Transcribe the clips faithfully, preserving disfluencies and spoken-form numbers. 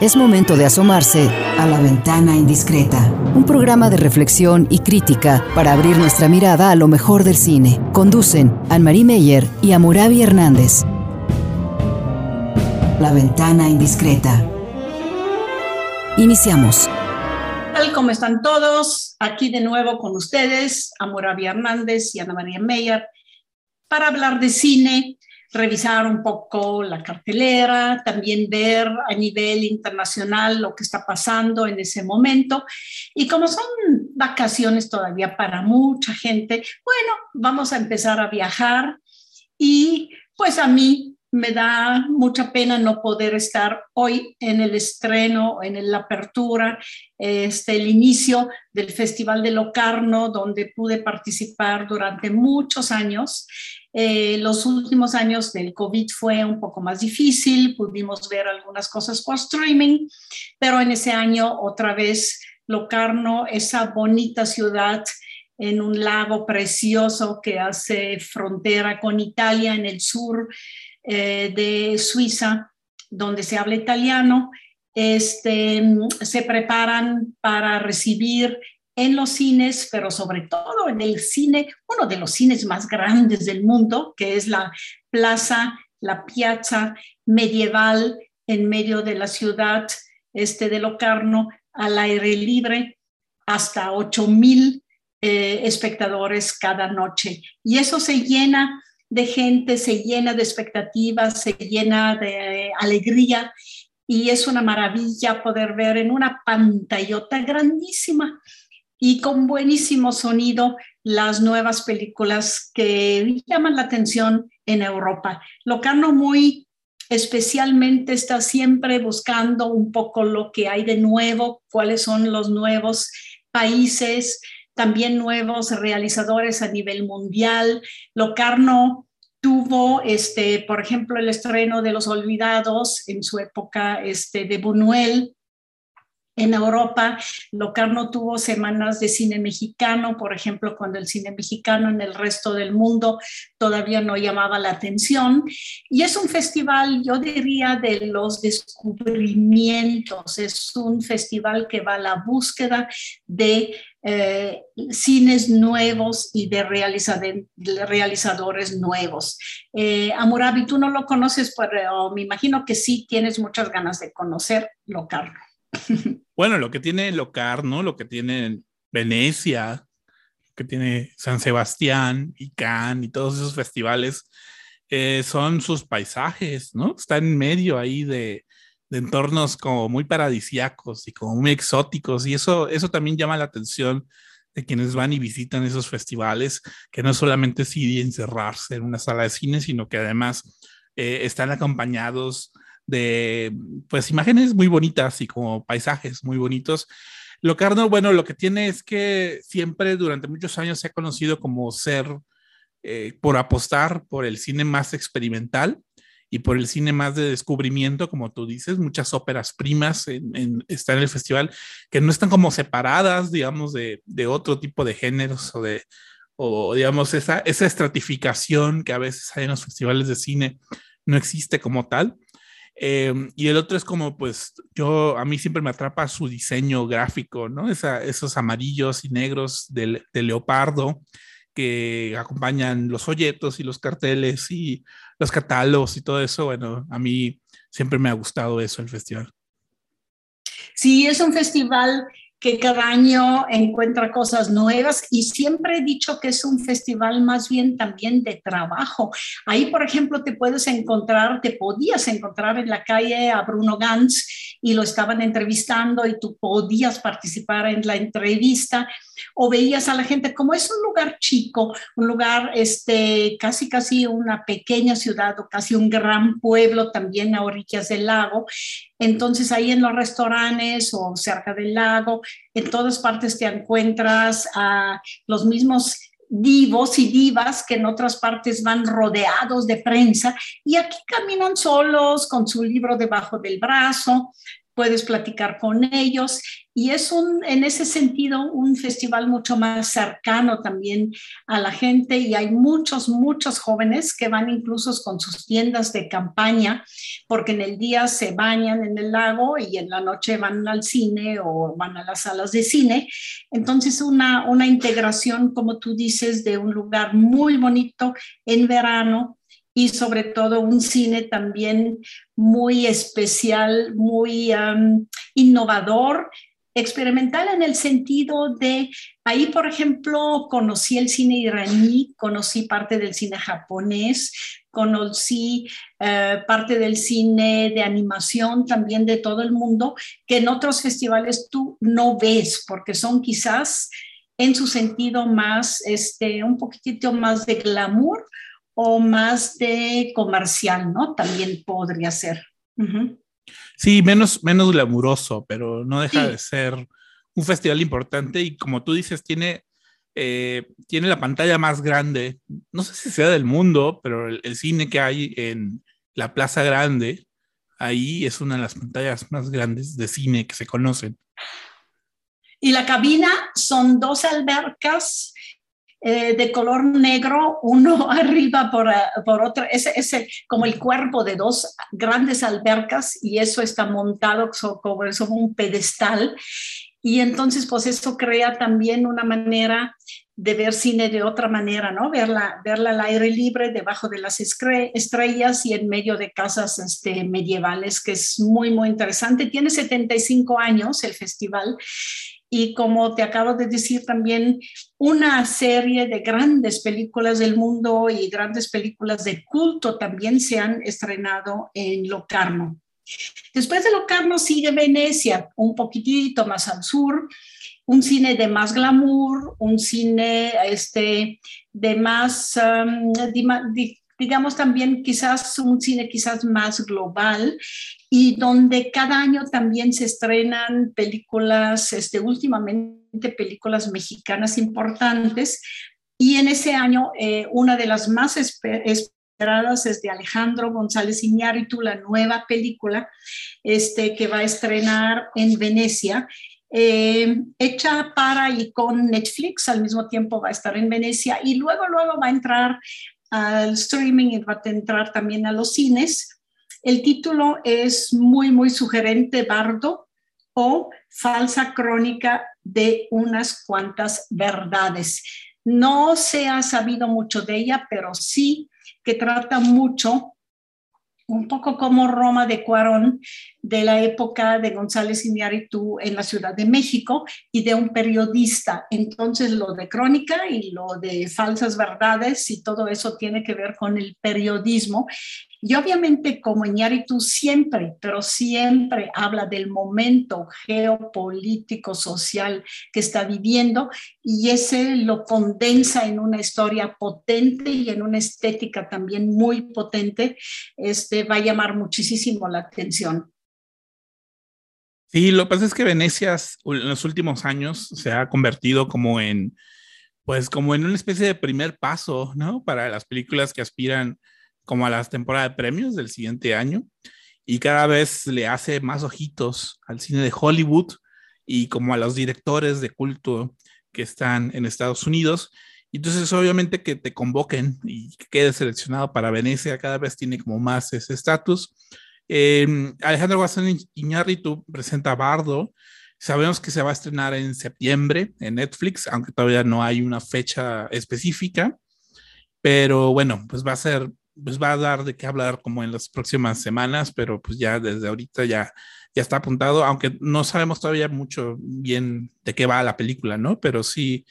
Es momento de asomarse a La Ventana Indiscreta, un programa de reflexión y crítica para abrir nuestra mirada a lo mejor del cine. Conducen Anne-Marie Meyer y Hammurabi Hernández. La Ventana Indiscreta. Iniciamos. Tal como están todos, aquí de nuevo con ustedes, Hammurabi Hernández y Anne-Marie Meyer, para hablar de cine, revisar un poco la cartelera, también ver a nivel internacional lo que está pasando en ese momento. Y como son vacaciones todavía para mucha gente, bueno, vamos a empezar a viajar y pues a mí me da mucha pena no poder estar hoy en el estreno, en la apertura, este, el inicio del Festival de Locarno, donde pude participar durante muchos años. Eh, los últimos años del COVID fue un poco más difícil, pudimos ver algunas cosas por streaming, pero en ese año otra vez Locarno, esa bonita ciudad en un lago precioso que hace frontera con Italia en el sur eh, de Suiza, donde se habla italiano, este, se preparan para recibir en los cines, pero sobre todo en el cine, uno de los cines más grandes del mundo, que es la plaza, la piazza medieval en medio de la ciudad este, de Locarno, al aire libre, hasta ocho mil eh, espectadores cada noche. Y eso se llena de gente, se llena de expectativas, se llena de alegría, y es una maravilla poder ver en una pantallota grandísima y con buenísimo sonido las nuevas películas que llaman la atención en Europa. Locarno muy especialmente está siempre buscando un poco lo que hay de nuevo, cuáles son los nuevos países, también nuevos realizadores a nivel mundial. Locarno tuvo, este, por ejemplo, el estreno de Los Olvidados en su época este, de Buñuel. En Europa, Locarno tuvo semanas de cine mexicano, por ejemplo, cuando el cine mexicano en el resto del mundo todavía no llamaba la atención. Y es un festival, yo diría, de los descubrimientos. Es un festival que va a la búsqueda de eh, cines nuevos y de, realizadores, de realizadores nuevos. Eh, Hammurabi, tú no lo conoces, pero me imagino que sí tienes muchas ganas de conocer Locarno. Bueno, lo que tiene Locarno, lo que tiene Venecia, que tiene San Sebastián y Cannes y todos esos festivales, eh, son sus paisajes, ¿no? Está en medio ahí de, de entornos como muy paradisíacos y como muy exóticos, y eso, eso también llama la atención de quienes van y visitan esos festivales, que no solamente es ir y encerrarse en una sala de cine, sino que además eh, están acompañados de pues imágenes muy bonitas y como paisajes muy bonitos. Locarno, bueno, lo que tiene es que siempre durante muchos años se ha conocido como ser eh, por apostar por el cine más experimental y por el cine más de descubrimiento, como tú dices, muchas óperas primas en, en, están en el festival que no están como separadas, digamos, de, de otro tipo de géneros o de, o digamos, esa, esa estratificación que a veces hay en los festivales de cine no existe como tal. Eh, y el otro es como, pues, yo, a mí siempre me atrapa su diseño gráfico, ¿no? Esa, esos amarillos y negros de, de leopardo que acompañan los folletos y los carteles y los catálogos y todo eso. Bueno, a mí siempre me ha gustado eso, el festival. Sí, es un festival que cada año encuentra cosas nuevas, y siempre he dicho que es un festival más bien también de trabajo. Ahí, por ejemplo, te puedes encontrar, te podías encontrar en la calle a Bruno Ganz y lo estaban entrevistando y tú podías participar en la entrevista, o veías a la gente, como es un lugar chico, un lugar este, casi casi una pequeña ciudad o casi un gran pueblo también a orillas del lago. Entonces ahí en los restaurantes o cerca del lago, en todas partes te encuentras a los mismos divos y divas que en otras partes van rodeados de prensa, y aquí caminan solos con su libro debajo del brazo, puedes platicar con ellos y es un, en ese sentido un festival mucho más cercano también a la gente y hay muchos, muchos jóvenes que van incluso con sus tiendas de campaña porque en el día se bañan en el lago y en la noche van al cine o van a las salas de cine. Entonces una, una integración, como tú dices, de un lugar muy bonito en verano y sobre todo un cine también muy especial, muy um, innovador, experimental en el sentido de, ahí por ejemplo conocí el cine iraní, conocí parte del cine japonés, conocí uh, parte del cine de animación también de todo el mundo, que en otros festivales tú no ves, porque son quizás en su sentido más, este, un poquitito más de glamour, o más de comercial, ¿no? También podría ser. Uh-huh. Sí, menos, menos glamuroso, pero no deja sí. de ser un festival importante y como tú dices, tiene, eh, tiene la pantalla más grande, no sé si sea del mundo, pero el, el cine que hay en la Plaza Grande, ahí es una de las pantallas más grandes de cine que se conocen. Y la cabina son dos albercas Eh, de color negro, uno arriba por, uh, por otro, ese es como el cuerpo de dos grandes albercas y eso está montado sobre, sobre un pedestal y entonces pues eso crea también una manera de ver cine de otra manera, ¿no? Verla, verla al aire libre, debajo de las estrellas y en medio de casas este, medievales, que es muy, muy interesante. Tiene setenta y cinco años el festival y como te acabo de decir también una serie de grandes películas del mundo y grandes películas de culto también se han estrenado en Locarno. Después de Locarno sigue Venecia, un poquitito más al sur, un cine de más glamour, un cine este, de más, um, de, digamos también quizás un cine quizás más global y donde cada año también se estrenan películas, este, últimamente películas mexicanas importantes y en ese año eh, una de las más esper- esperadas es de Alejandro González Iñárritu, la nueva película este, que va a estrenar en Venecia. Eh, hecha para y con Netflix, al mismo tiempo va a estar en Venecia y luego, luego va a entrar al streaming y va a entrar también a los cines. El título es muy, muy sugerente, Bardo o Falsa Crónica de unas cuantas verdades. No se ha sabido mucho de ella, pero sí que trata mucho, un poco como Roma de Cuarón, de la época de González Iñárritu en la Ciudad de México y de un periodista. Entonces lo de crónica y lo de falsas verdades y todo eso tiene que ver con el periodismo. Y obviamente como Iñárritu siempre, pero siempre habla del momento geopolítico, social que está viviendo y ese lo condensa en una historia potente y en una estética también muy potente, este, va a llamar muchísimo la atención. Sí, lo que pasa es que Venecia en los últimos años se ha convertido como en, pues como en una especie de primer paso, ¿no? Para las películas que aspiran como a las temporadas de premios del siguiente año y cada vez le hace más ojitos al cine de Hollywood y como a los directores de culto que están en Estados Unidos. Y entonces obviamente que te convoquen y que quedes seleccionado para Venecia cada vez tiene como más ese estatus. Eh, Alejandro González Iñárritu presenta Bardo. Sabemos que se va a estrenar en septiembre en Netflix, aunque todavía no hay una fecha específica. Pero bueno, pues va a ser, pues va a dar de qué hablar como en las próximas semanas, pero pues ya desde ahorita ya, ya está apuntado, aunque no sabemos todavía mucho bien de qué va la película, ¿no? Pero sí,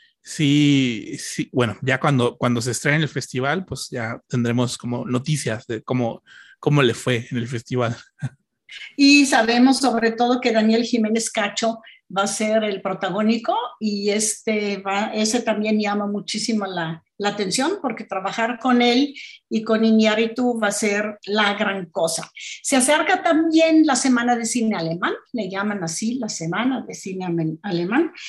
sí, sí, bueno, ya cuando, cuando se estrene en el festival, pues ya tendremos como noticias de cómo, cómo le fue en el festival. Y sabemos sobre todo que Daniel Jiménez Cacho va a ser el protagónico y este va, ese también llama muchísimo la, la atención porque trabajar con él y con Iñárritu va a ser la gran cosa. Se acerca también la Semana de Cine Alemán, le llaman así la Semana de Cine Alemán,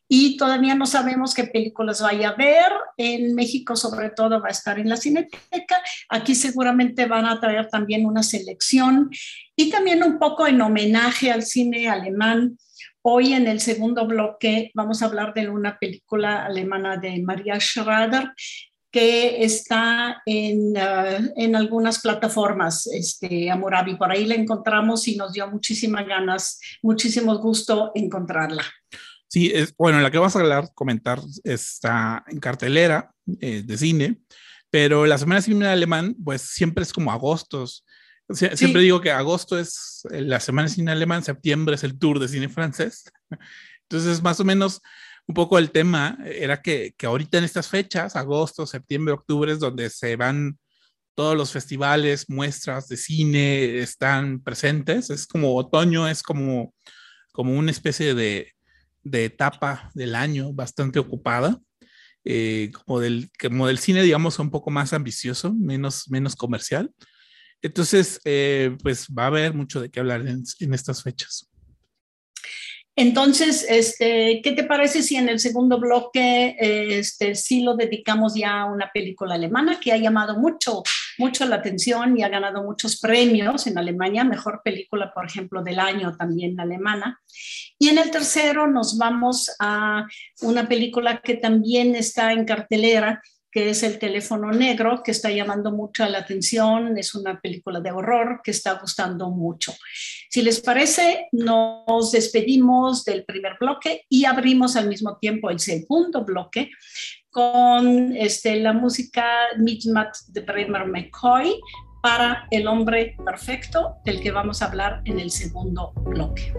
y todavía no sabemos qué películas vaya a ver. En México sobre todo va a estar en la Cineteca, aquí seguramente van a traer también una selección y también un poco en homenaje al cine alemán. Hoy en el segundo bloque vamos a hablar de una película alemana de Maria Schrader que está en, uh, en algunas plataformas, este, Hammurabi, por ahí la encontramos y nos dio muchísimas ganas, muchísimo gusto encontrarla. Sí, es, bueno, la que vamos a hablar, comentar, está en cartelera eh, de cine, pero la Semana de Cine Alemán, pues siempre es como agostos. O sea, Sí. Siempre digo que agosto es la Semana de Cine Alemán, septiembre es el Tour de Cine Francés. Entonces, más o menos, un poco el tema era que, que ahorita en estas fechas, agosto, septiembre, octubre, es donde se van todos los festivales, muestras de cine, están presentes. Es como otoño, es como, como una especie de, de etapa del año bastante ocupada. Eh, como, del, como del cine, digamos, un poco más ambicioso, menos, menos comercial. Entonces, eh, pues va a haber mucho de qué hablar en, en estas fechas. Entonces, este, ¿qué te parece si en el segundo bloque este, sí lo dedicamos ya a una película alemana que ha llamado mucho, mucho la atención y ha ganado muchos premios en Alemania, mejor película, por ejemplo, del año también alemana? Y en el tercero nos vamos a una película que también está en cartelera, que es El teléfono negro, que está llamando mucho la atención. Es una película de horror que está gustando mucho. Si les parece, nos despedimos del primer bloque y abrimos al mismo tiempo el segundo bloque con este, la música Midnight de Bremer McCoy para El hombre perfecto, del que vamos a hablar en el segundo bloque.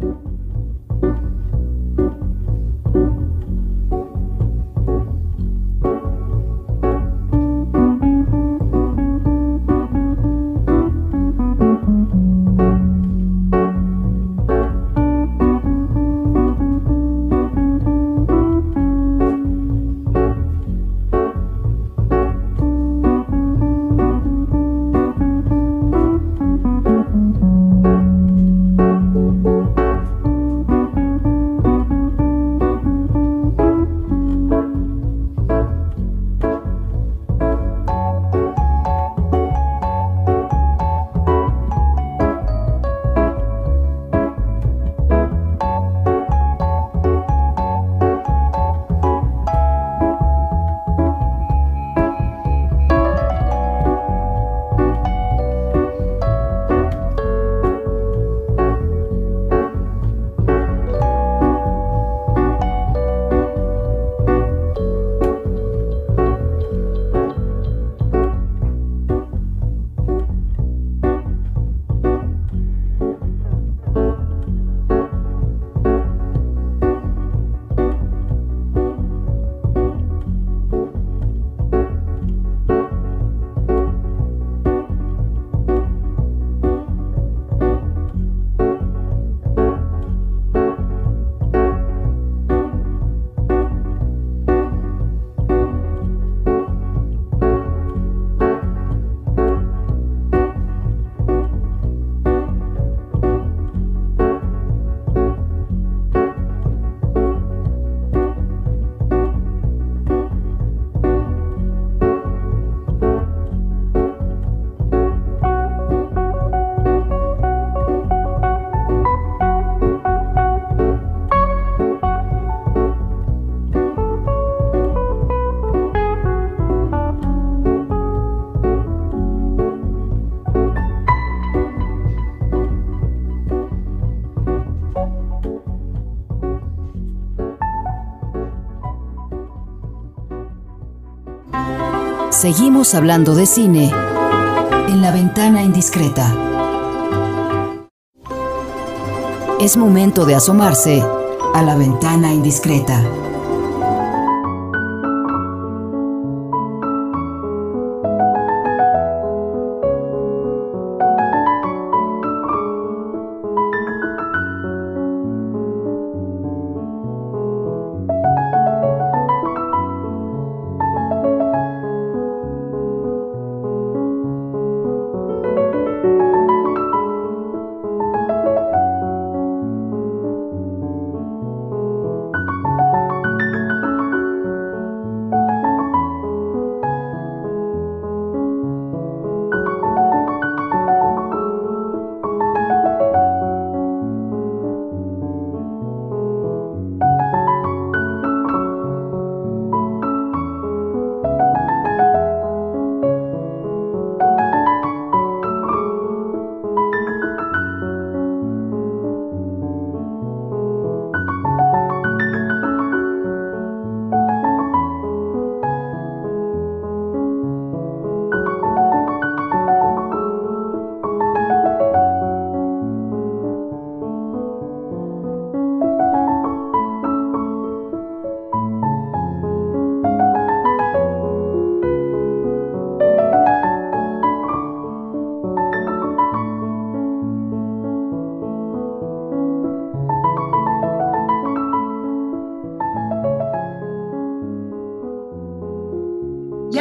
Seguimos hablando de cine en La Ventana Indiscreta. Es momento de asomarse a La Ventana Indiscreta.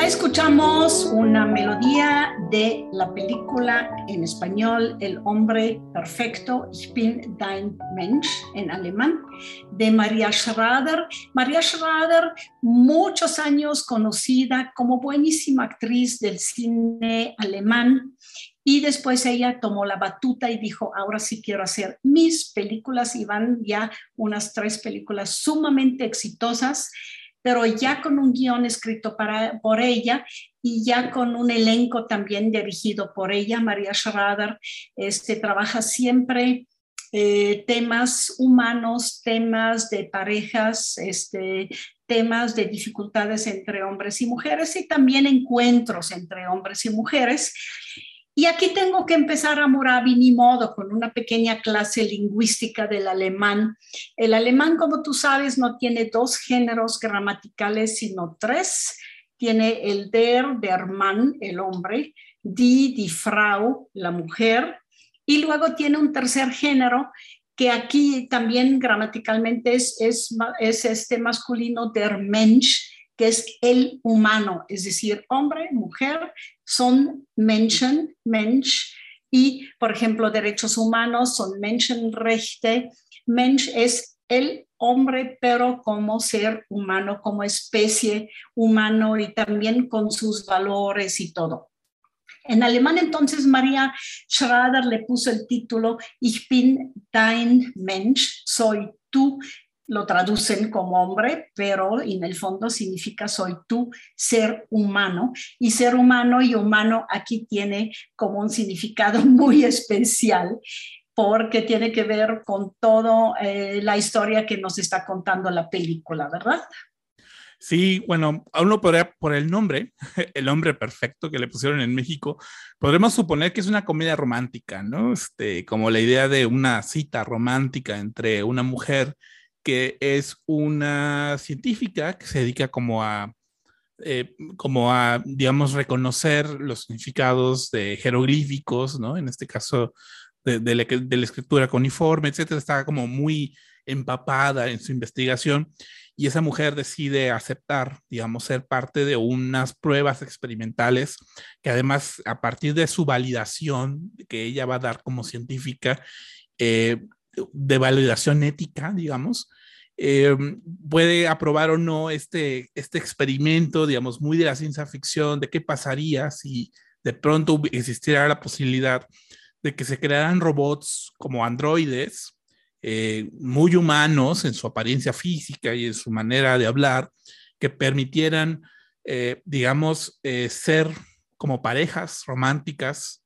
Escuchamos una melodía de la película en español El hombre perfecto, Ich bin dein Mensch, en alemán, de Maria Schrader. Maria Schrader, muchos años conocida como buenísima actriz del cine alemán, y después ella tomó la batuta y dijo, ahora sí quiero hacer mis películas, y van ya unas tres películas sumamente exitosas, pero ya con un guión escrito para, por ella y ya con un elenco también dirigido por ella. Maria Schrader este, trabaja siempre eh, temas humanos, temas de parejas, este, temas de dificultades entre hombres y mujeres y también encuentros entre hombres y mujeres. Y aquí tengo que empezar, Hammurabi, ni modo, con una pequeña clase lingüística del alemán. El alemán, como tú sabes, no tiene dos géneros gramaticales, sino tres. Tiene el der, der Mann, el hombre, die, die Frau, la mujer, y luego tiene un tercer género que aquí también gramaticalmente es, es, es este masculino, der Mensch, que es el humano, es decir, hombre, mujer, son Menschen, Mensch, y, por ejemplo, derechos humanos son Menschenrechte. Mensch es el hombre, pero como ser humano, como especie humano y también con sus valores y todo. En alemán, entonces, Maria Schrader le puso el título Ich bin dein Mensch, soy tú. Lo traducen como hombre, pero en el fondo significa soy tú, ser humano. Y ser humano y humano aquí tiene como un significado muy especial, porque tiene que ver con toda eh, la historia que nos está contando la película, ¿verdad? Sí, bueno, a uno podría, por el nombre, El hombre perfecto que le pusieron en México, podremos suponer que es una comedia romántica, ¿no? Este, como la idea de una cita romántica entre una mujer que es una científica que se dedica como a, eh, como a, digamos, reconocer los significados de jeroglíficos, ¿no? En este caso, de, de, la, de la escritura cuneiforme, etcétera. Está como muy empapada en su investigación y esa mujer decide aceptar, digamos, ser parte de unas pruebas experimentales que además, a partir de su validación que ella va a dar como científica, eh, de validación ética, digamos, eh, puede aprobar o no este, este experimento, digamos, muy de la ciencia ficción, de qué pasaría si de pronto existiera la posibilidad de que se crearan robots como androides, eh, muy humanos en su apariencia física y en su manera de hablar, que permitieran, eh, digamos, eh, ser como parejas románticas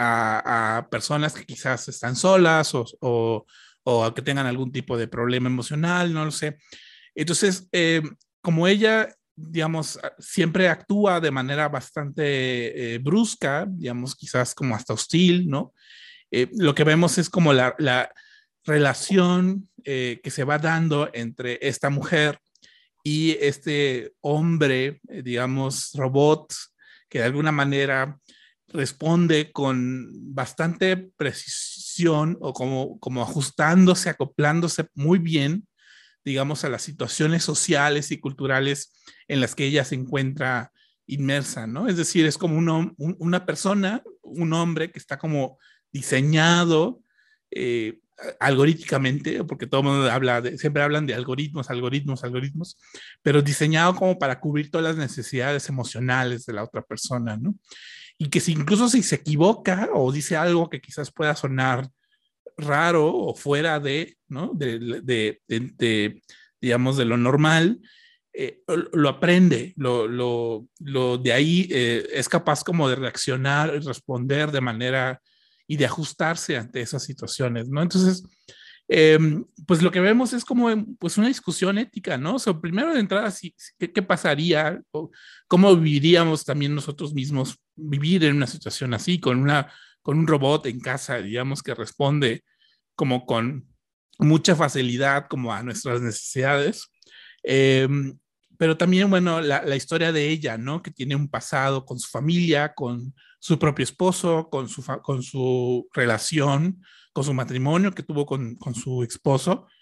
a, a personas que quizás están solas o, o, o que tengan algún tipo de problema emocional, no lo sé. Entonces, eh, como ella, digamos, siempre actúa de manera bastante eh, brusca, digamos, quizás como hasta hostil, ¿no? Eh, lo que vemos es como la, la relación eh, que se va dando entre esta mujer y este hombre, eh, digamos, robot, que de alguna manera responde con bastante precisión o como, como ajustándose, acoplándose muy bien, digamos, a las situaciones sociales y culturales en las que ella se encuentra inmersa, ¿no? Es decir, es como un, un, una persona, un hombre que está como diseñado eh, algorítmicamente, porque todo el mundo habla de, siempre hablan de algoritmos, algoritmos, algoritmos, pero diseñado como para cubrir todas las necesidades emocionales de la otra persona, ¿no? Y que si incluso si se equivoca o dice algo que quizás pueda sonar raro o fuera de, ¿no? De, de, de, de digamos, de lo normal, eh, lo aprende, lo, lo, lo de ahí eh, es capaz como de reaccionar y responder de manera y de ajustarse ante esas situaciones, ¿no? Entonces, eh, pues lo que vemos es como pues una discusión ética, ¿no? O sea, primero de entrada, ¿sí, ¿qué, qué pasaría? O ¿cómo viviríamos también nosotros mismos vivir en una situación así, con, una, con un robot en casa, digamos, que responde como con mucha facilidad como a nuestras necesidades? Eh, pero también, bueno, la, la historia de ella, ¿no? Que tiene un pasado con su familia, con su propio esposo, con su, con su relación, con su matrimonio que tuvo con, con su esposo,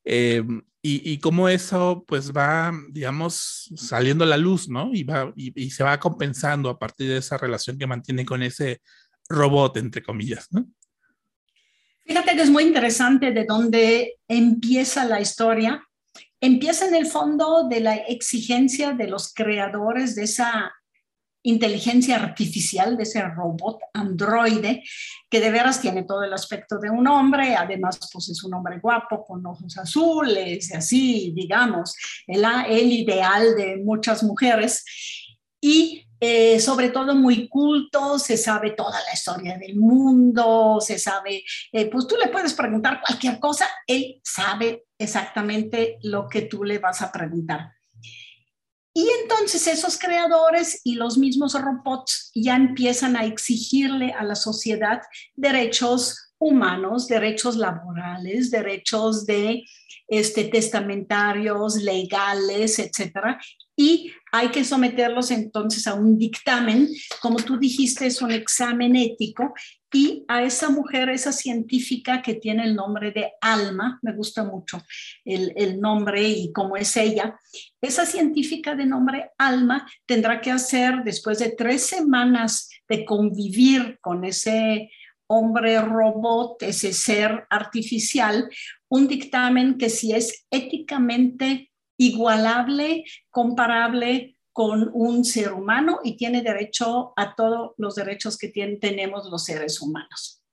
Eh, y, y cómo eso pues va, digamos, saliendo a la luz, ¿no? Y, va, y, y se va compensando a partir de esa relación que mantiene con ese robot, entre comillas, ¿no? Fíjate que es muy interesante de dónde empieza la historia. Empieza en el fondo de la exigencia de los creadores de esa inteligencia artificial, de ese robot androide, que de veras tiene todo el aspecto de un hombre, además pues es un hombre guapo, con ojos azules, así, digamos, el, el ideal de muchas mujeres, y eh, sobre todo muy culto, se sabe toda la historia del mundo, se sabe, eh, pues tú le puedes preguntar cualquier cosa, él sabe exactamente lo que tú le vas a preguntar. Y entonces esos creadores y los mismos robots ya empiezan a exigirle a la sociedad derechos humanos, derechos laborales, derechos de este, testamentarios, legales, etcétera. Y hay que someterlos entonces a un dictamen, como tú dijiste, es un examen ético, y a esa mujer, esa científica que tiene el nombre de Alma, me gusta mucho el, el nombre y cómo es ella, esa científica de nombre Alma tendrá que hacer, después de tres semanas de convivir con ese hombre robot, ese ser artificial, un dictamen que si es éticamente igualable, comparable con un ser humano y tiene derecho a todos los derechos que tienen, tenemos los seres humanos.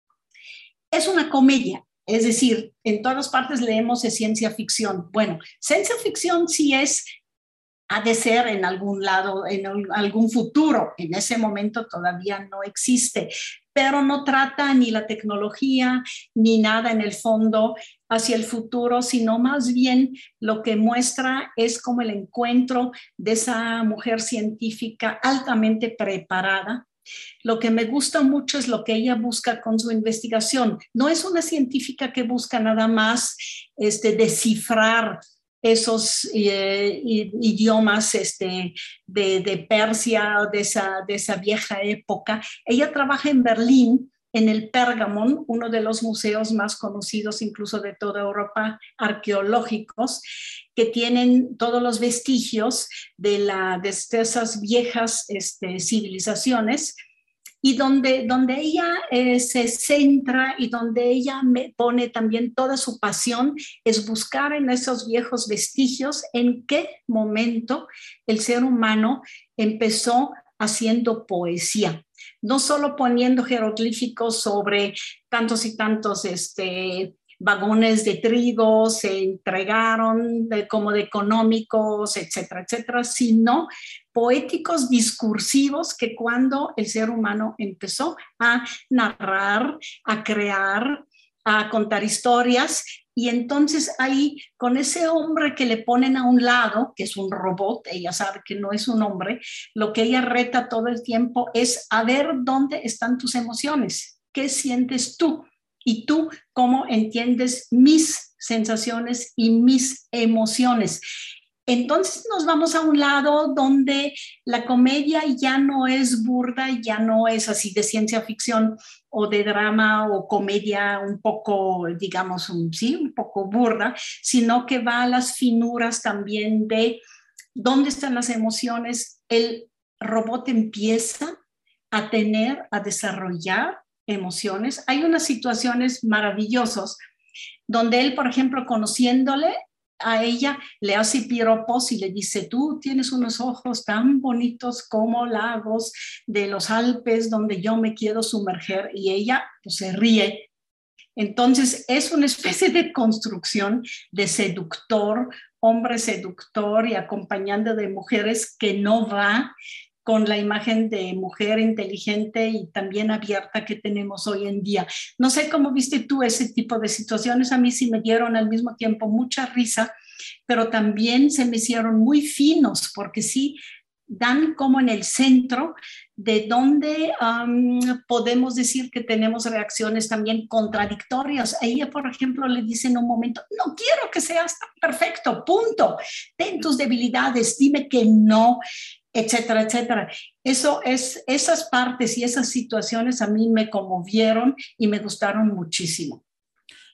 Es una comedia, es decir, en todas partes leemos de ciencia ficción. Bueno, ciencia ficción sí es, ha de ser en algún lado, en algún futuro, en ese momento todavía no existe, pero no trata ni la tecnología ni nada en el fondo hacia el futuro, sino más bien lo que muestra es como el encuentro de esa mujer científica altamente preparada. Lo que me gusta mucho es lo que ella busca con su investigación. No es una científica que busca nada más este, descifrar esos eh, idiomas este, de, de Persia, de esa, de esa vieja época. Ella trabaja en Berlín, en el Pergamon, uno de los museos más conocidos incluso de toda Europa, arqueológicos, que tienen todos los vestigios de, la, de esas viejas este, civilizaciones, y donde, donde ella eh, se centra y donde ella me pone también toda su pasión es buscar en esos viejos vestigios en qué momento el ser humano empezó haciendo poesía, no solo poniendo jeroglíficos sobre tantos y tantos este, vagones de trigo se entregaron de, como de económicos, etcétera, etcétera, sino poéticos discursivos que cuando el ser humano empezó a narrar, a crear, a contar historias, y entonces ahí con ese hombre que le ponen a un lado, que es un robot, ella sabe que no es un hombre, lo que ella reta todo el tiempo es a ver dónde están tus emociones, qué sientes tú, y tú cómo entiendes mis sensaciones y mis emociones. Entonces nos vamos a un lado donde la comedia ya no es burda, ya no es así de ciencia ficción o de drama o comedia un poco, digamos, un, sí, un poco burda, sino que va a las finuras también de dónde están las emociones. El robot empieza a tener, a desarrollar emociones. Hay unas situaciones maravillosas donde él, por ejemplo, conociéndole a ella, le hace piropos y le dice, tú tienes unos ojos tan bonitos como lagos de los Alpes donde yo me quiero sumerger, y ella pues, se ríe. Entonces es una especie de construcción de seductor, hombre seductor y acompañante de mujeres que no va con la imagen de mujer inteligente y también abierta que tenemos hoy en día. No sé cómo viste tú ese tipo de situaciones. A mí sí me dieron al mismo tiempo mucha risa, pero también se me hicieron muy finos, porque sí dan como en el centro de donde um, podemos decir que tenemos reacciones también contradictorias. A ella, por ejemplo, le dice en un momento, no quiero que seas tan perfecto, punto. Ten tus debilidades, dime que no, etcétera, etcétera. Eso es, esas partes y esas situaciones a mí me conmovieron y me gustaron muchísimo.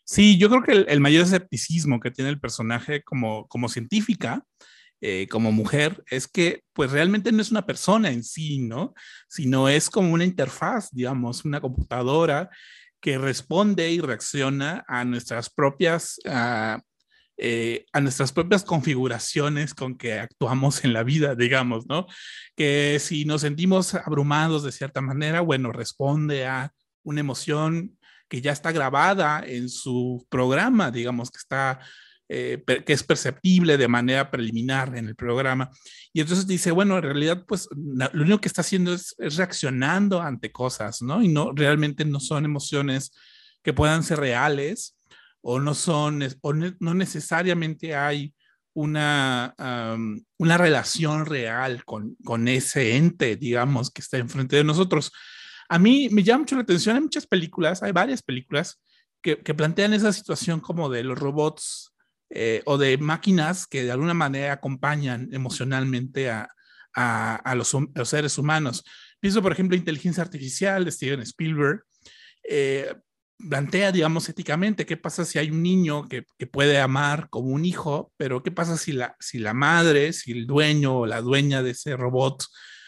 Sí, yo creo que el, el mayor escepticismo que tiene el personaje como, como científica, eh, como mujer, es que pues realmente no es una persona en sí, ¿no? Sino es como una interfaz, digamos, una computadora que responde y reacciona a nuestras propias, a, eh, a nuestras propias configuraciones con que actuamos en la vida, digamos, ¿no? Que si nos sentimos abrumados de cierta manera, bueno, responde a una emoción que ya está grabada en su programa, digamos, que está, eh, que es perceptible de manera preliminar en el programa. Y entonces dice, bueno, en realidad, pues lo único que está haciendo es, es reaccionando ante cosas, ¿no? Y no, realmente no son emociones que puedan ser reales o no son, o ne no necesariamente hay una, um, una relación real con, con ese ente, digamos, que está enfrente de nosotros. A mí me llama mucho la atención, hay muchas películas, hay varias películas que, que plantean esa situación como de los robots eh, o de máquinas que de alguna manera acompañan emocionalmente a, a, a, los, a los seres humanos. Pienso, por ejemplo, Inteligencia Artificial de Steven Spielberg, eh, plantea, digamos, éticamente, qué pasa si hay un niño que, que puede amar como un hijo, pero qué pasa si la, si la madre, si el dueño o la dueña de ese robot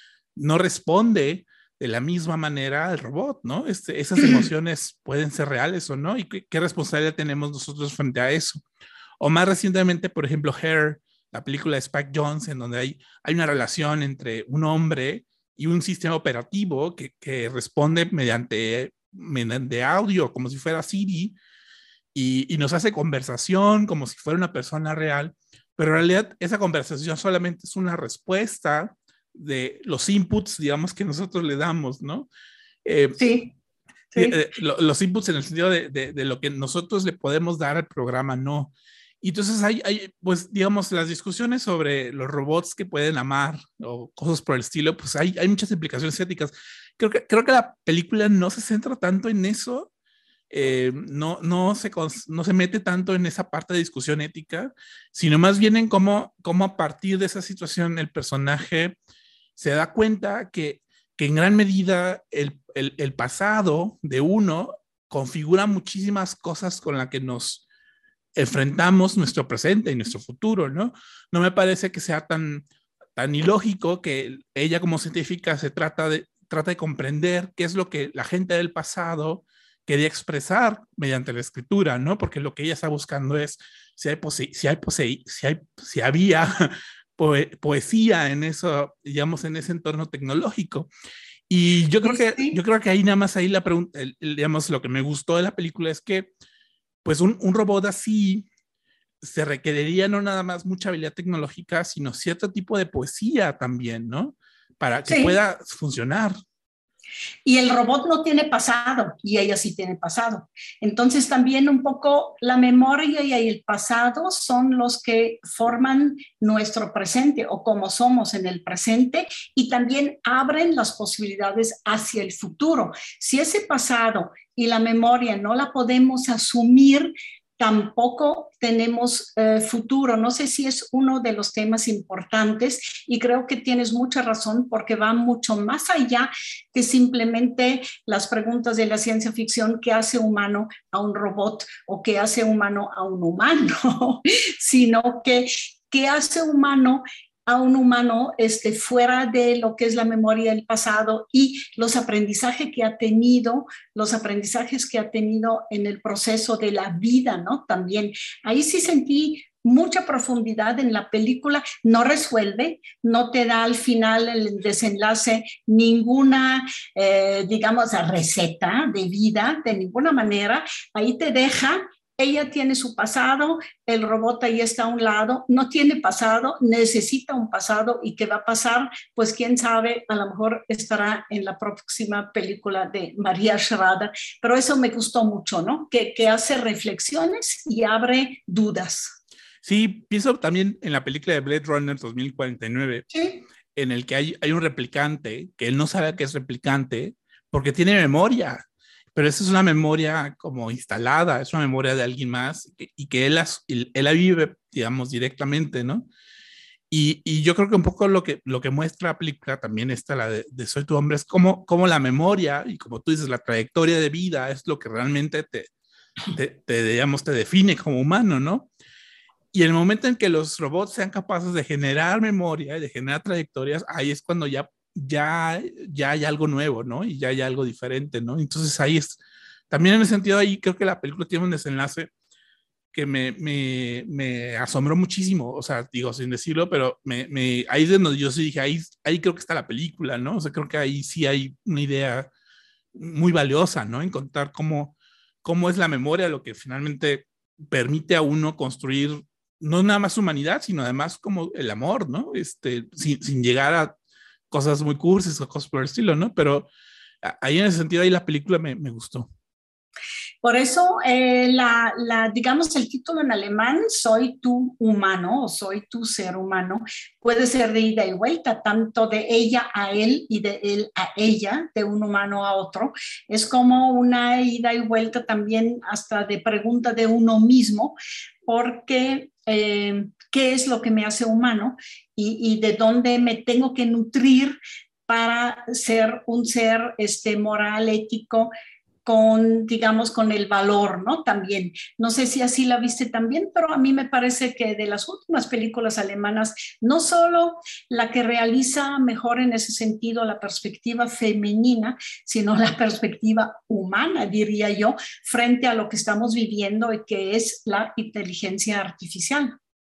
no responde de la misma manera al robot, ¿no? Este, esas emociones pueden ser reales o no, y qué, qué responsabilidad tenemos nosotros frente a eso. O más recientemente, por ejemplo, Hair, la película de Spike Jonze, en donde hay, hay una relación entre un hombre y un sistema operativo que, que responde mediante, mediante audio, como si fuera Siri, y, y nos hace conversación como si fuera una persona real, pero en realidad esa conversación solamente es una respuesta de los inputs, digamos, que nosotros le damos, ¿no? Eh, sí, sí. Eh, lo, los inputs en el sentido de, de, de, lo que nosotros le podemos dar al programa, no. Y entonces hay, hay, pues, digamos, las discusiones sobre los robots que pueden amar o cosas por el estilo, pues hay, hay muchas implicaciones éticas. Creo que, creo que la película no se centra tanto en eso, eh, no, no, se, no se mete tanto en esa parte de discusión ética, sino más bien en cómo, cómo a partir de esa situación el personaje se da cuenta que, que en gran medida el, el, el pasado de uno configura muchísimas cosas con las que nos enfrentamos nuestro presente y nuestro futuro, ¿no? No me parece que sea tan, tan ilógico que ella como científica se trata de, trata de comprender qué es lo que la gente del pasado quería expresar mediante la escritura, ¿no? Porque lo que ella está buscando es si hay, si hay, si hay, si había poe poesía en eso, digamos, en ese entorno tecnológico. Y yo creo que, sí. yo creo que ahí nada más ahí la pregunta, el, el, digamos, lo que me gustó de la película es que, pues un, un robot así se requeriría no nada más mucha habilidad tecnológica, sino cierto tipo de poesía también, ¿no? Para que sí. pueda funcionar. Y el robot no tiene pasado y ella sí tiene pasado. Entonces también un poco la memoria y el pasado son los que forman nuestro presente o cómo somos en el presente y también abren las posibilidades hacia el futuro. Si ese pasado y la memoria no la podemos asumir, tampoco tenemos eh, futuro. No sé si es uno de los temas importantes y creo que tienes mucha razón porque va mucho más allá que simplemente las preguntas de la ciencia ficción, ¿qué hace humano a un robot o qué hace humano a un humano? Sino que ¿qué hace humano a un humano este, fuera de lo que es la memoria del pasado y los aprendizajes que ha tenido, los aprendizajes que ha tenido en el proceso de la vida, ¿no? También, ahí sí sentí mucha profundidad en la película, no resuelve, no te da al final el desenlace ninguna, eh, digamos, receta de vida, de ninguna manera, ahí te deja. Ella tiene su pasado, el robot ahí está a un lado, no tiene pasado, necesita un pasado y qué va a pasar, pues quién sabe, a lo mejor estará en la próxima película de María Schrader, pero eso me gustó mucho, ¿no? Que, que hace reflexiones y abre dudas. Sí, pienso también en la película de Blade Runner dos mil cuarenta y nueve, ¿sí? En el que hay, hay un replicante que él no sabe que es replicante porque tiene memoria. Pero esa es una memoria como instalada, es una memoria de alguien más y que, y que él, él, él la vive, digamos, directamente, ¿no? Y, y yo creo que un poco lo que, lo que muestra la película también está la de, de Soy tu hombre, es como, como la memoria y como tú dices, la trayectoria de vida es lo que realmente te, te, te, digamos, te define como humano, ¿no? Y el momento en que los robots sean capaces de generar memoria y de generar trayectorias, ahí es cuando ya, ya, ya hay algo nuevo, ¿no? Y ya hay algo diferente, ¿no? Entonces ahí es, también en ese sentido, ahí creo que la película tiene un desenlace que me, me, me asombró muchísimo, o sea, digo, sin decirlo, pero me, me, ahí es donde yo sí dije, ahí, ahí creo que está la película, ¿no? O sea, creo que ahí sí hay una idea muy valiosa, ¿no? Encontrar cómo, cómo es la memoria lo que finalmente permite a uno construir no nada más humanidad, sino además como el amor, ¿no? Este, sin, sin llegar a cosas muy cursis o cosas por el estilo, ¿no? Pero ahí en ese sentido, ahí la película me, me gustó. Por eso, eh, la, la, digamos, el título en alemán, Soy tu humano o Soy tu ser humano, puede ser de ida y vuelta, tanto de ella a él y de él a ella, de un humano a otro. Es como una ida y vuelta también hasta de pregunta de uno mismo, porque eh, ¿qué es lo que me hace humano? Y, y de dónde me tengo que nutrir para ser un ser este, moral, ético, con, digamos, con el valor, ¿no? También. No sé si así la viste también, pero a mí me parece que de las últimas películas alemanas, no solo la que realiza mejor en ese sentido la perspectiva femenina, sino la perspectiva humana, diría yo, frente a lo que estamos viviendo y que es la inteligencia artificial.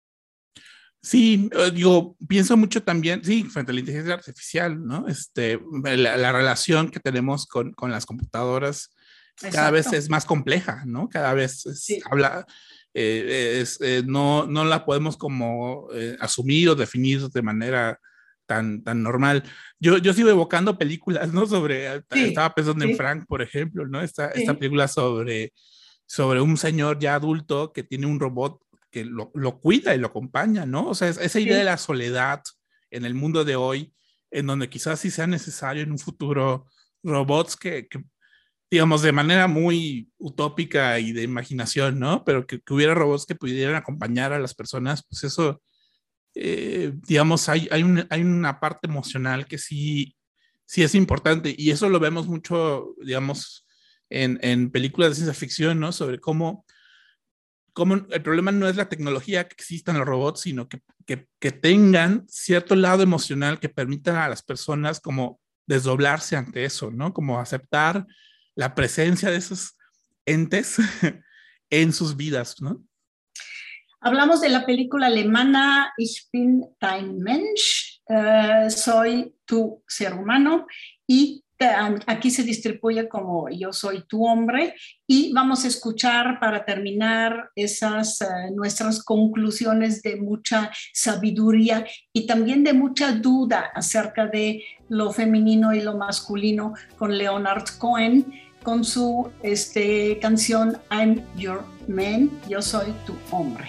Sí, digo, pienso mucho también, sí, frente a la inteligencia artificial, ¿no? Este, la, la relación que tenemos con, con las computadoras Exacto. cada vez es más compleja, ¿no? Cada vez es, sí. habla, eh, es, eh, no, no la podemos como eh, asumir o definir de manera tan, tan normal. Yo, yo sigo evocando películas, ¿no? Sobre, sí. estaba pensando sí. en Frank, por ejemplo, ¿no? Esta, sí. esta película sobre, sobre un señor ya adulto que tiene un robot que lo, lo cuida y lo acompaña, ¿no? O sea, es, esa idea sí. de la soledad en el mundo de hoy, en donde quizás sí sea necesario en un futuro robots que, que digamos, de manera muy utópica y de imaginación, ¿no? Pero que, que hubiera robots que pudieran acompañar a las personas, pues eso, eh, digamos, hay, hay, un, hay una parte emocional que sí, sí es importante, y eso lo vemos mucho, digamos, en, en películas de ciencia ficción, ¿no? Sobre cómo Como el problema no es la tecnología que existan los robots, sino que, que, que tengan cierto lado emocional que permitan a las personas como desdoblarse ante eso, ¿no? Como aceptar la presencia de esos entes en sus vidas, ¿no? Hablamos de la película alemana Ich bin dein Mensch, uh, soy tu ser humano, y aquí se distribuye como Yo soy tu hombre, y vamos a escuchar para terminar esas uh, nuestras conclusiones de mucha sabiduría y también de mucha duda acerca de lo femenino y lo masculino con Leonard Cohen, con su este, canción I'm Your Man, Yo soy tu hombre.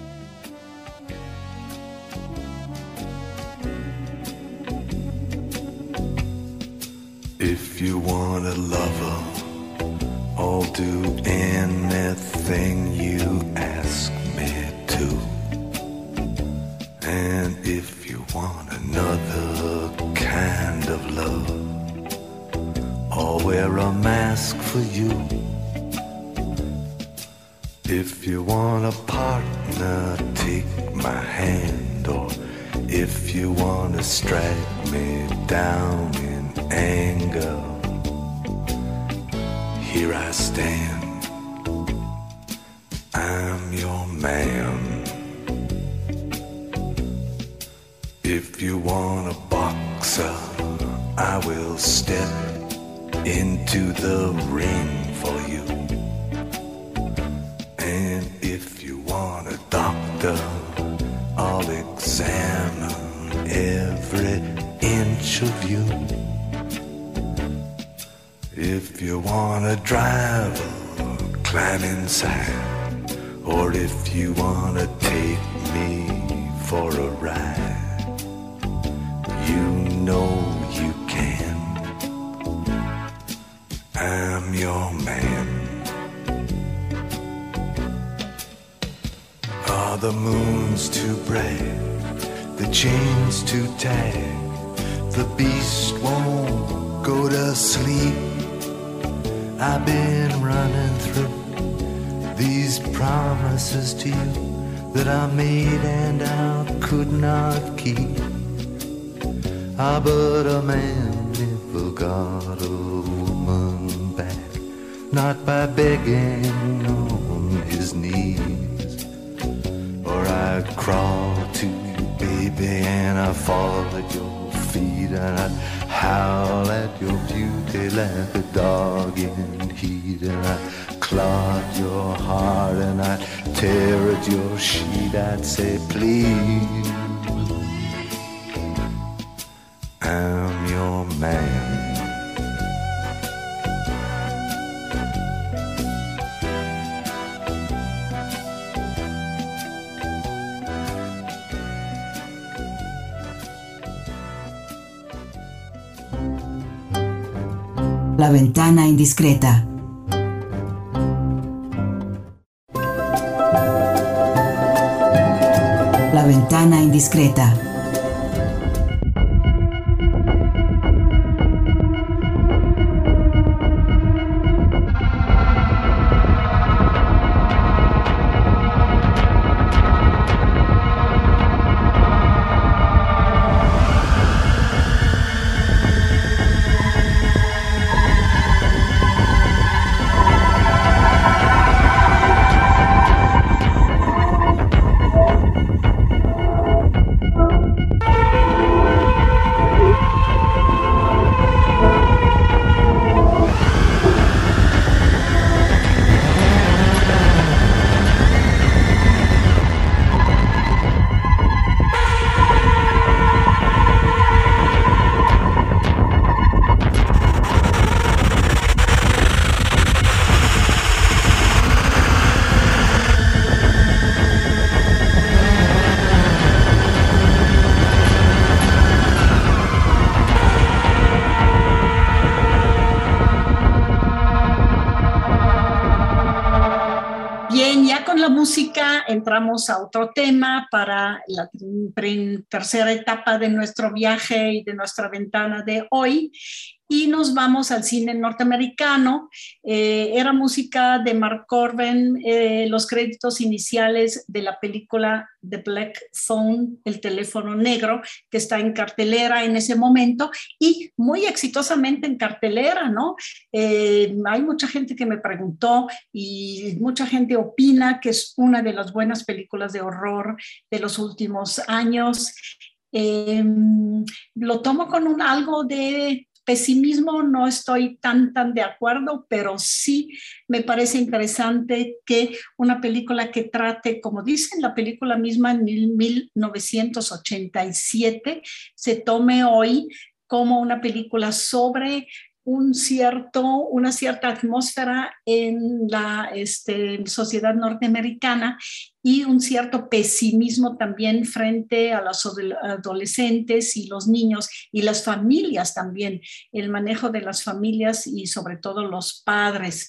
If you want a lover, I'll do anything you ask me to. And if you want another kind of love, I'll wear a mask for you. If you want a partner, take my hand. Or if you want to strike me down in anger, here I stand, I'm your man. If you want a boxer, I will step into the ring for you. And if you want a doctor, I'll examine every inch of you. If you wanna drive, climb inside. Or if you wanna take me for a ride, you know you can. I'm your man. Are the moons too bright, the chains too tight, the beast won't go to sleep? I've been running through these promises to you that I made and I could not keep. Ah, but a man never got a woman back, not by begging on his knees. Or I'd crawl to you, baby, and I'd fall at your feet, and I'd howl at your beauty like a dog in heat, and I'd claw at your heart, and I'd tear at your sheet. I'd say, please, I'm your man. La ventana indiscreta. La ventana indiscreta. Música, entramos a otro tema para la tercera etapa de nuestro viaje y de nuestra ventana de hoy, y nos vamos al cine norteamericano. Eh, era música de Mark Corbin, eh, los créditos iniciales de la película The Black Phone, El teléfono negro, que está en cartelera en ese momento y muy exitosamente en cartelera, ¿no? Eh, hay mucha gente que me preguntó y mucha gente opina que es una de las buenas películas de horror de los últimos años. Eh, lo tomo con un algo de pesimismo, no estoy tan, tan de acuerdo, pero sí me parece interesante que una película que trate, como dice en la película misma en mil novecientos ochenta y siete, se tome hoy como una película sobre un cierto, una cierta atmósfera en la este, sociedad norteamericana y un cierto pesimismo también frente a los adolescentes y los niños y las familias también, el manejo de las familias y sobre todo los padres.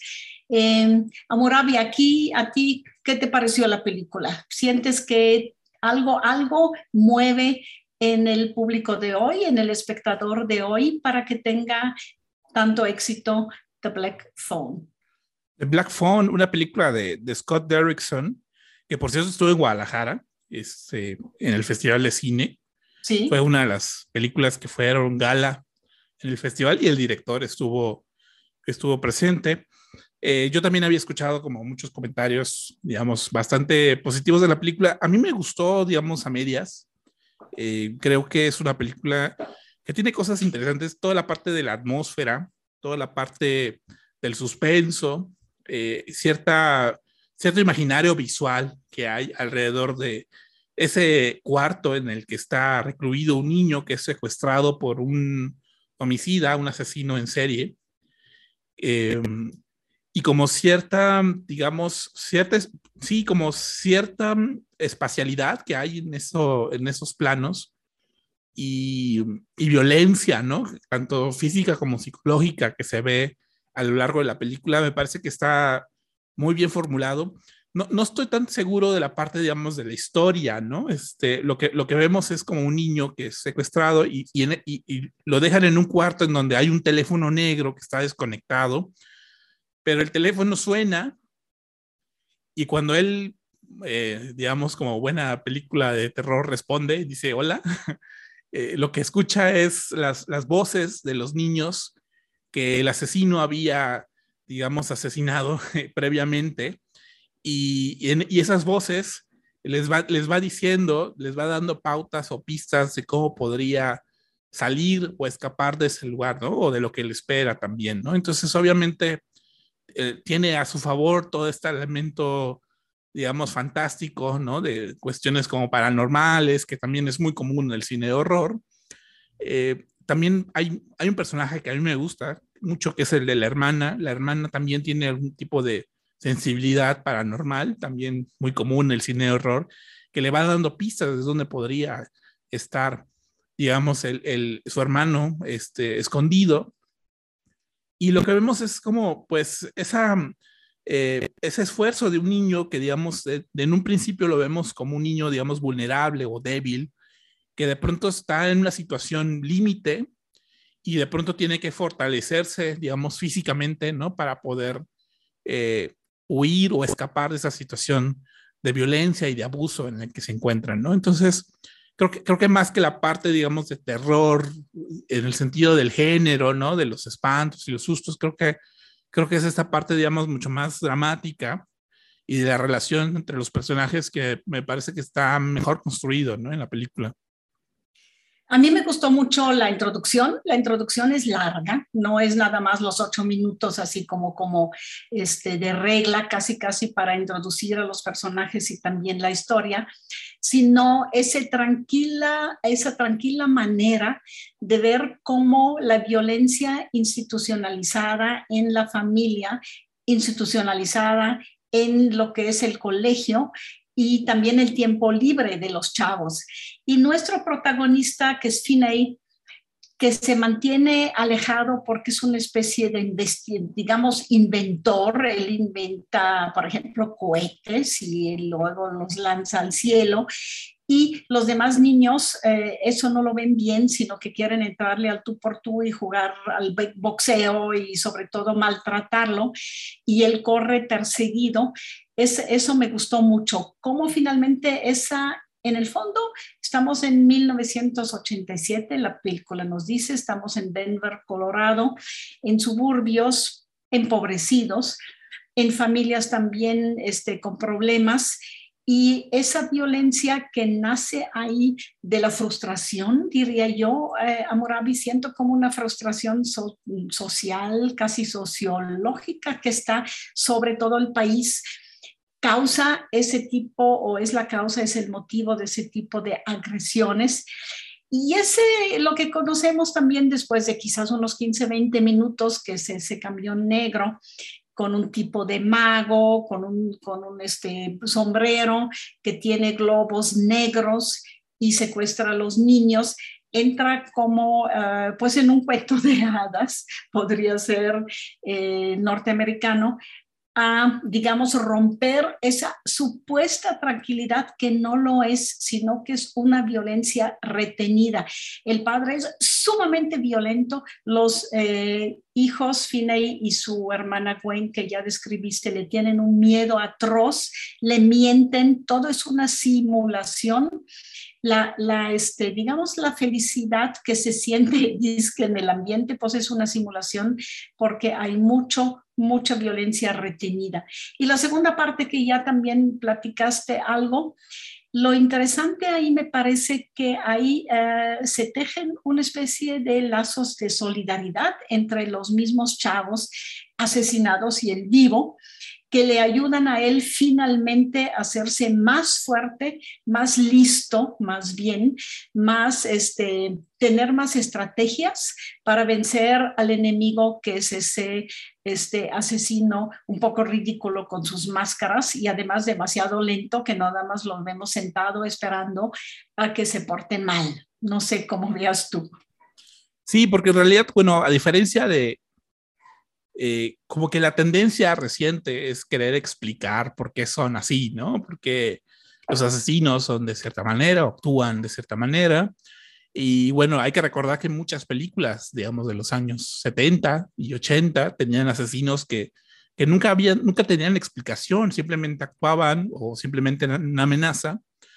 Eh, Hammurabi, aquí a ti, ¿qué te pareció la película? ¿Sientes que algo, algo mueve en el público de hoy, en el espectador de hoy, para que tenga tanto éxito The Black Phone? The Black Phone, una película de, de Scott Derrickson, que por cierto estuvo en Guadalajara, este, en el Festival de Cine. Sí. Fue una de las películas que fueron gala en el festival y el director estuvo, estuvo presente. Eh, yo también había escuchado como muchos comentarios, digamos, bastante positivos de la película. A mí me gustó, digamos, a medias. Eh, creo que es una película que tiene cosas interesantes, toda la parte de la atmósfera, toda la parte del suspenso, eh, cierta, cierto imaginario visual que hay alrededor de ese cuarto en el que está recluido un niño que es secuestrado por un homicida, un asesino en serie, eh, y como cierta, digamos, cierta, sí, como cierta espacialidad que hay en, eso, en esos planos, Y, y violencia, ¿no? Tanto física como psicológica que se ve a lo largo de la película, me parece que está muy bien formulado. No, no estoy tan seguro de la parte, digamos, de la historia, ¿no? Este, lo, que, lo que vemos es como un niño que es secuestrado y, y, en, y, y lo dejan en un cuarto en donde hay un teléfono negro que está desconectado, pero el teléfono suena y cuando él, eh, digamos, como buena película de terror, responde y dice hola, eh, lo que escucha es las, las voces de los niños que el asesino había, digamos, asesinado previamente, y, y, en, y esas voces les va, les va diciendo, les va dando pautas o pistas de cómo podría salir o escapar de ese lugar, ¿no? O de lo que le espera también, ¿no? Entonces, obviamente, eh, tiene a su favor todo este elemento, digamos, fantástico, ¿no? De cuestiones como paranormales, que también es muy común en el cine de horror. Eh, también hay, hay un personaje que a mí me gusta mucho, que es el de la hermana. La hermana también tiene algún tipo de sensibilidad paranormal, también muy común en el cine de horror, que le va dando pistas de dónde podría estar, digamos, el, el, su hermano este, escondido. Y lo que vemos es como, pues, esa, eh, ese esfuerzo de un niño que, digamos, de, de en un principio lo vemos como un niño, digamos, vulnerable o débil, que de pronto está en una situación límite y de pronto tiene que fortalecerse, digamos, físicamente, ¿no? Para poder eh, huir o escapar de esa situación de violencia y de abuso en el que se encuentran, ¿no? Entonces, creo que, creo que más que la parte, digamos, de terror, en el sentido del género, ¿no? De los espantos y los sustos, creo que, creo que es esta parte, digamos, mucho más dramática y de la relación entre los personajes que me parece que está mejor construido, ¿no? En la película. A mí me gustó mucho la introducción. La introducción es larga, no es nada más los ocho minutos así como, como este, de regla, casi casi para introducir a los personajes y también la historia, sino ese tranquila, esa tranquila manera de ver cómo la violencia institucionalizada en la familia, institucionalizada en lo que es el colegio, y también el tiempo libre de los chavos. Y nuestro protagonista, que es Finney, que se mantiene alejado porque es una especie de, digamos, inventor. Él inventa, por ejemplo, cohetes y luego los lanza al cielo. Y los demás niños eh, eso no lo ven bien, sino que quieren entrarle al tú por tú y jugar al boxeo y sobre todo maltratarlo. Y él corre perseguido. Es, eso me gustó mucho. Cómo finalmente esa, en el fondo, estamos en mil novecientos ochenta y siete, la película nos dice, estamos en Denver, Colorado, en suburbios empobrecidos, en familias también este, con problemas, y esa violencia que nace ahí de la frustración, diría yo, eh, Hammurabi, siento como una frustración so, social, casi sociológica, que está sobre todo el país, causa ese tipo, o es la causa, es el motivo de ese tipo de agresiones. Y ese, lo que conocemos también después de quizás unos quince, veinte minutos, que es ese camión negro, con un tipo de mago, con un, con un este, sombrero que tiene globos negros y secuestra a los niños, entra como uh, pues en un cuento de hadas, podría ser eh, norteamericano, a, digamos, romper esa supuesta tranquilidad que no lo es, sino que es una violencia retenida. El padre es sumamente violento, los eh, hijos, Finney y su hermana Gwen, que ya describiste, le tienen un miedo atroz, le mienten, todo es una simulación. La, la, este, digamos, la felicidad que se siente disque en el ambiente, pues es una simulación porque hay mucho, mucha violencia retenida. Y la segunda parte que ya también platicaste algo, lo interesante ahí me parece que ahí eh, se tejen una especie de lazos de solidaridad entre los mismos chavos asesinados y el vivo, que le ayudan a él finalmente a hacerse más fuerte, más listo, más bien, más, este, tener más estrategias para vencer al enemigo, que es ese este, asesino un poco ridículo con sus máscaras y además demasiado lento, que nada más lo vemos sentado esperando a que se porte mal. No sé cómo veas tú. Sí, porque en realidad, bueno, a diferencia de, Eh, como que la tendencia reciente es querer explicar por qué son así, ¿no? Porque los asesinos son de cierta manera, actúan de cierta manera. Y bueno, hay que recordar que muchas películas, digamos, de los años setenta y ochenta tenían asesinos que que nunca, había, nunca tenían explicación, simplemente actuaban o simplemente eran una amenaza.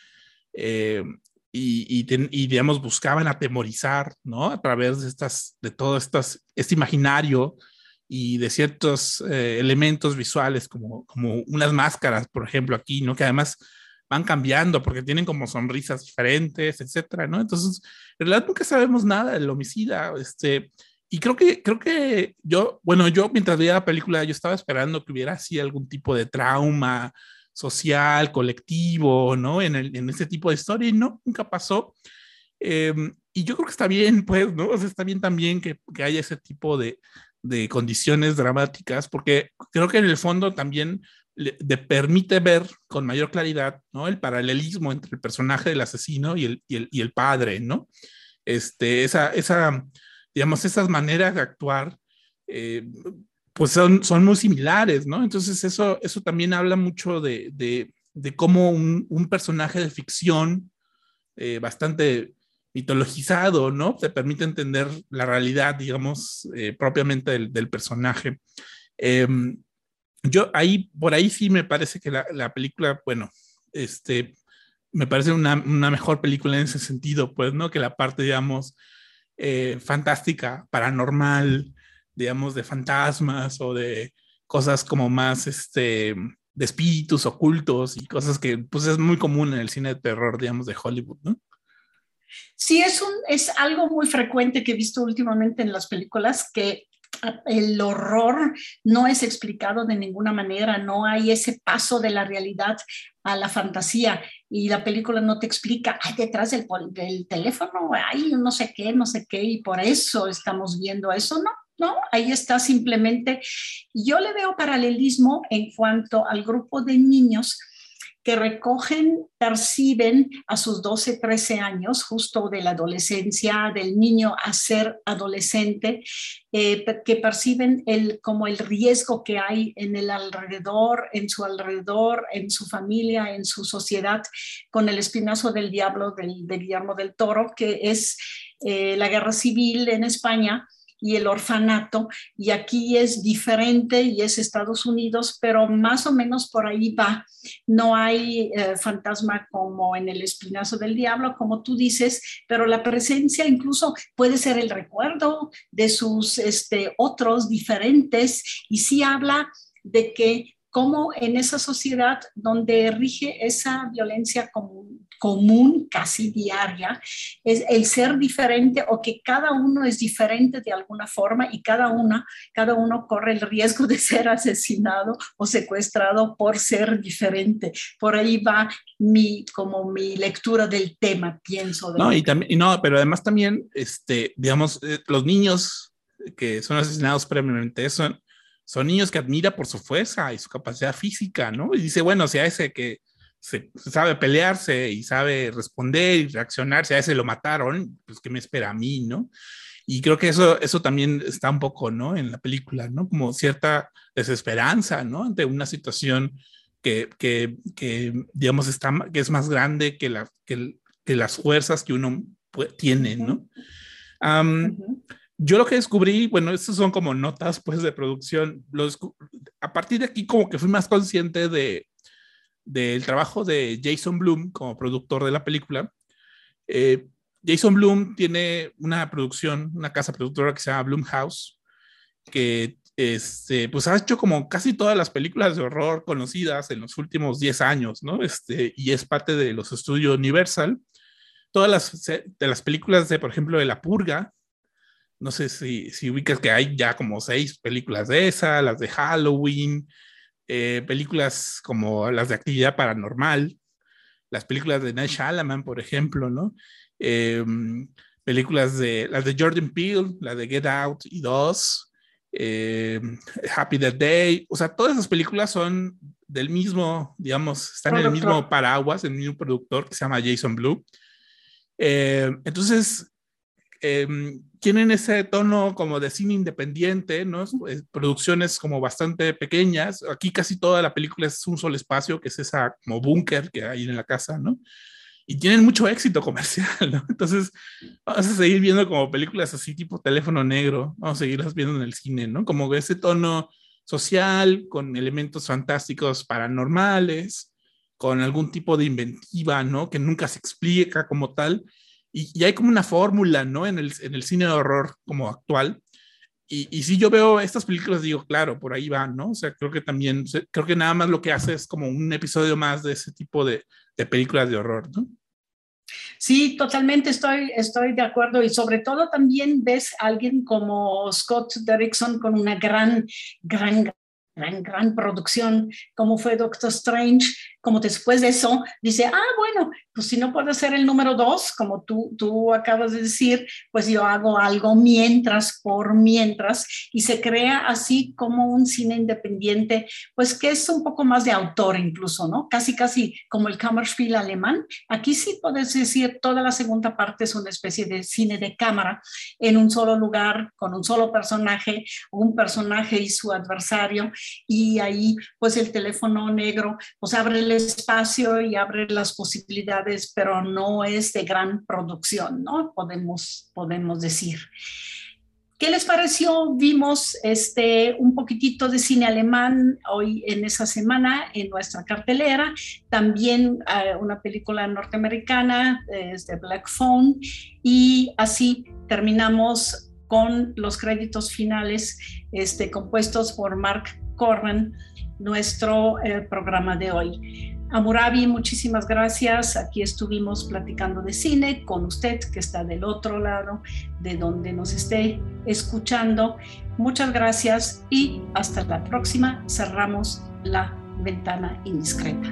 Eh, y, y, ten, y, digamos, buscaban atemorizar, ¿no? A través de estas, de todo estas, este imaginario y de ciertos eh, elementos visuales, como, como unas máscaras, por ejemplo, aquí, ¿no? Que además van cambiando porque tienen como sonrisas diferentes, etcétera, ¿no? Entonces, en realidad nunca sabemos nada del homicida, este, y creo que, creo que yo, bueno, yo mientras veía la película, yo estaba esperando que hubiera así algún tipo de trauma social, colectivo, ¿no? En, el, en ese tipo de historia, y no, nunca pasó. Eh, y yo creo que está bien, pues, ¿no? O sea, está bien también que, que haya ese tipo de, de condiciones dramáticas, porque creo que en el fondo también le, le permite ver con mayor claridad, ¿no? El paralelismo entre el personaje del asesino y el, y el, y el padre, ¿no? Este, esa, esa, digamos, esas maneras de actuar, eh, pues son, son muy similares, ¿no? Entonces eso, eso también habla mucho de, de, de cómo un, un personaje de ficción eh, bastante mitologizado, ¿no? Te permite entender la realidad, digamos, eh, propiamente del, del personaje. Eh, yo ahí, por ahí sí me parece que la, la película, bueno, este, me parece una, una mejor película en ese sentido, pues, ¿no? Que la parte, digamos, eh, fantástica, paranormal, digamos, de fantasmas o de cosas como más, este, de espíritus ocultos y cosas que, pues, es muy común en el cine de terror, digamos, de Hollywood, ¿no? Sí, es, un, es algo muy frecuente que he visto últimamente en las películas, que el horror no es explicado de ninguna manera, no hay ese paso de la realidad a la fantasía, y la película no te explica, ay, detrás del, del teléfono hay no sé qué, no sé qué, y por eso estamos viendo eso, no. No, ahí está simplemente. Yo le veo paralelismo en cuanto al grupo de niños que recogen, perciben a sus doce, trece años, justo de la adolescencia, del niño a ser adolescente, eh, que perciben el, como el riesgo que hay en el alrededor, en su alrededor, en su familia, en su sociedad, con El Espinazo del Diablo del, de Guillermo del Toro, que es eh, la guerra civil en España y el orfanato, y aquí es diferente y es Estados Unidos, pero más o menos por ahí va. No hay eh, fantasma como en El Espinazo del Diablo, como tú dices, pero la presencia incluso puede ser el recuerdo de sus este, otros diferentes, y sí habla de que como en esa sociedad donde rige esa violencia común, común, casi diaria, es el ser diferente, o que cada uno es diferente de alguna forma, y cada, una, cada uno corre el riesgo de ser asesinado o secuestrado por ser diferente. Por ahí va mi, como mi lectura del tema, pienso. De no, y también, y no, pero además también, este, digamos, eh, los niños que son asesinados previamente son son niños que admira por su fuerza y su capacidad física, ¿no? Y dice, bueno, si a ese que se, sabe pelearse y sabe responder y reaccionar, si a ese lo mataron, pues ¿qué me espera a mí, no? Y creo que eso, eso también está un poco, ¿no? En la película, ¿no? Como cierta desesperanza, ¿no? Ante una situación que, que, que digamos, está, que es más grande que, la, que, que las fuerzas que uno puede, tiene, ¿no? Um, uh-huh. Yo lo que descubrí, bueno, estas son como notas pues de producción, los, a partir de aquí como que fui más consciente de del trabajo de Jason Blum como productor de la película. Eh, Jason Blum tiene una producción, una casa productora que se llama Blumhouse, que este, pues ha hecho como casi todas las películas de horror conocidas en los últimos diez años, ¿no? Este, y es parte de los estudios Universal. Todas las, de las películas de, por ejemplo, de La Purga, no sé si, si ubicas que hay ya como seis películas de esa, las de Halloween, eh, películas como las de Actividad Paranormal, las películas de Night Shyamalan, por ejemplo, ¿no? Eh, películas de, las de Jordan Peele, la de Get Out y dos, eh, Happy Death Day, o sea, todas esas películas son del mismo, digamos, están productor. En el mismo paraguas, en el mismo productor que se llama Jason Blum. Eh, entonces, Eh, tienen ese tono como de cine independiente, ¿no? Eh, producciones como bastante pequeñas. Aquí casi toda la película es un solo espacio, que es esa como búnker que hay en la casa, ¿no? Y tienen mucho éxito comercial, ¿no? Entonces, vamos a seguir viendo como películas así tipo Teléfono Negro, vamos a seguirlas viendo en el cine, ¿no? Como ese tono social, con elementos fantásticos paranormales, con algún tipo de inventiva, ¿no? Que nunca se explica como tal. Y, y hay como una fórmula, ¿no? En el, en el cine de horror como actual. Y, y si yo veo estas películas, digo, claro, por ahí van, ¿no? O sea, creo que también, creo que nada más lo que hace es como un episodio más de ese tipo de, de películas de horror, ¿no? Sí, totalmente estoy, estoy de acuerdo, y sobre todo también ves a alguien como Scott Derrickson con una gran, gran, gran, gran producción, como fue Doctor Strange, como después de eso dice, ah, bueno, pues si no puedo ser el número dos, como tú, tú acabas de decir, pues yo hago algo mientras, por mientras, y se crea así como un cine independiente, pues que es un poco más de autor incluso, ¿no? Casi, casi como el Kammerspiel alemán. Aquí sí puedes decir, toda la segunda parte es una especie de cine de cámara, en un solo lugar, con un solo personaje, un personaje y su adversario, y ahí pues el teléfono negro pues abre el espacio y abre las posibilidades, pero no es de gran producción, ¿no? Podemos, podemos decir. ¿Qué les pareció? Vimos este, un poquitito de cine alemán hoy en esa semana en nuestra cartelera, también uh, una película norteamericana, es de Black Phone, y así terminamos con los créditos finales este, compuestos por Mark Corran, nuestro eh, programa de hoy. Hammurabi, muchísimas gracias. Aquí estuvimos platicando de cine con usted que está del otro lado, de donde nos esté escuchando. Muchas gracias y hasta la próxima. Cerramos la ventana indiscreta.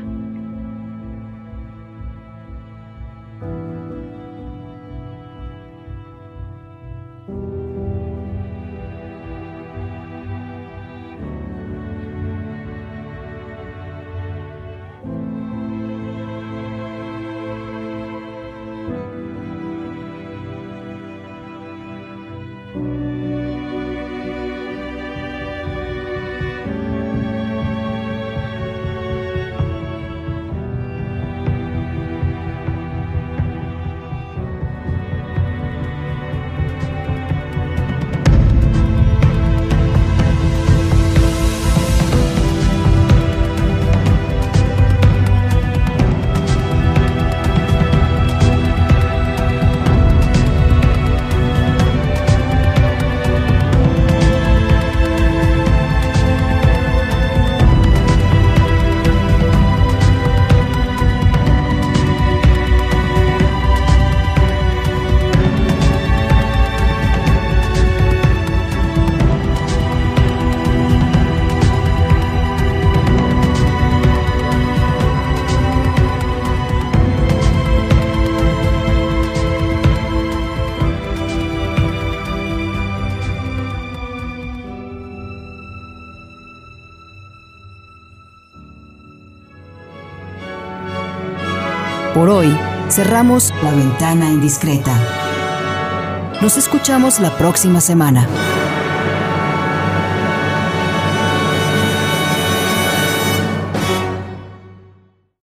Por hoy, cerramos La Ventana Indiscreta. Nos escuchamos la próxima semana.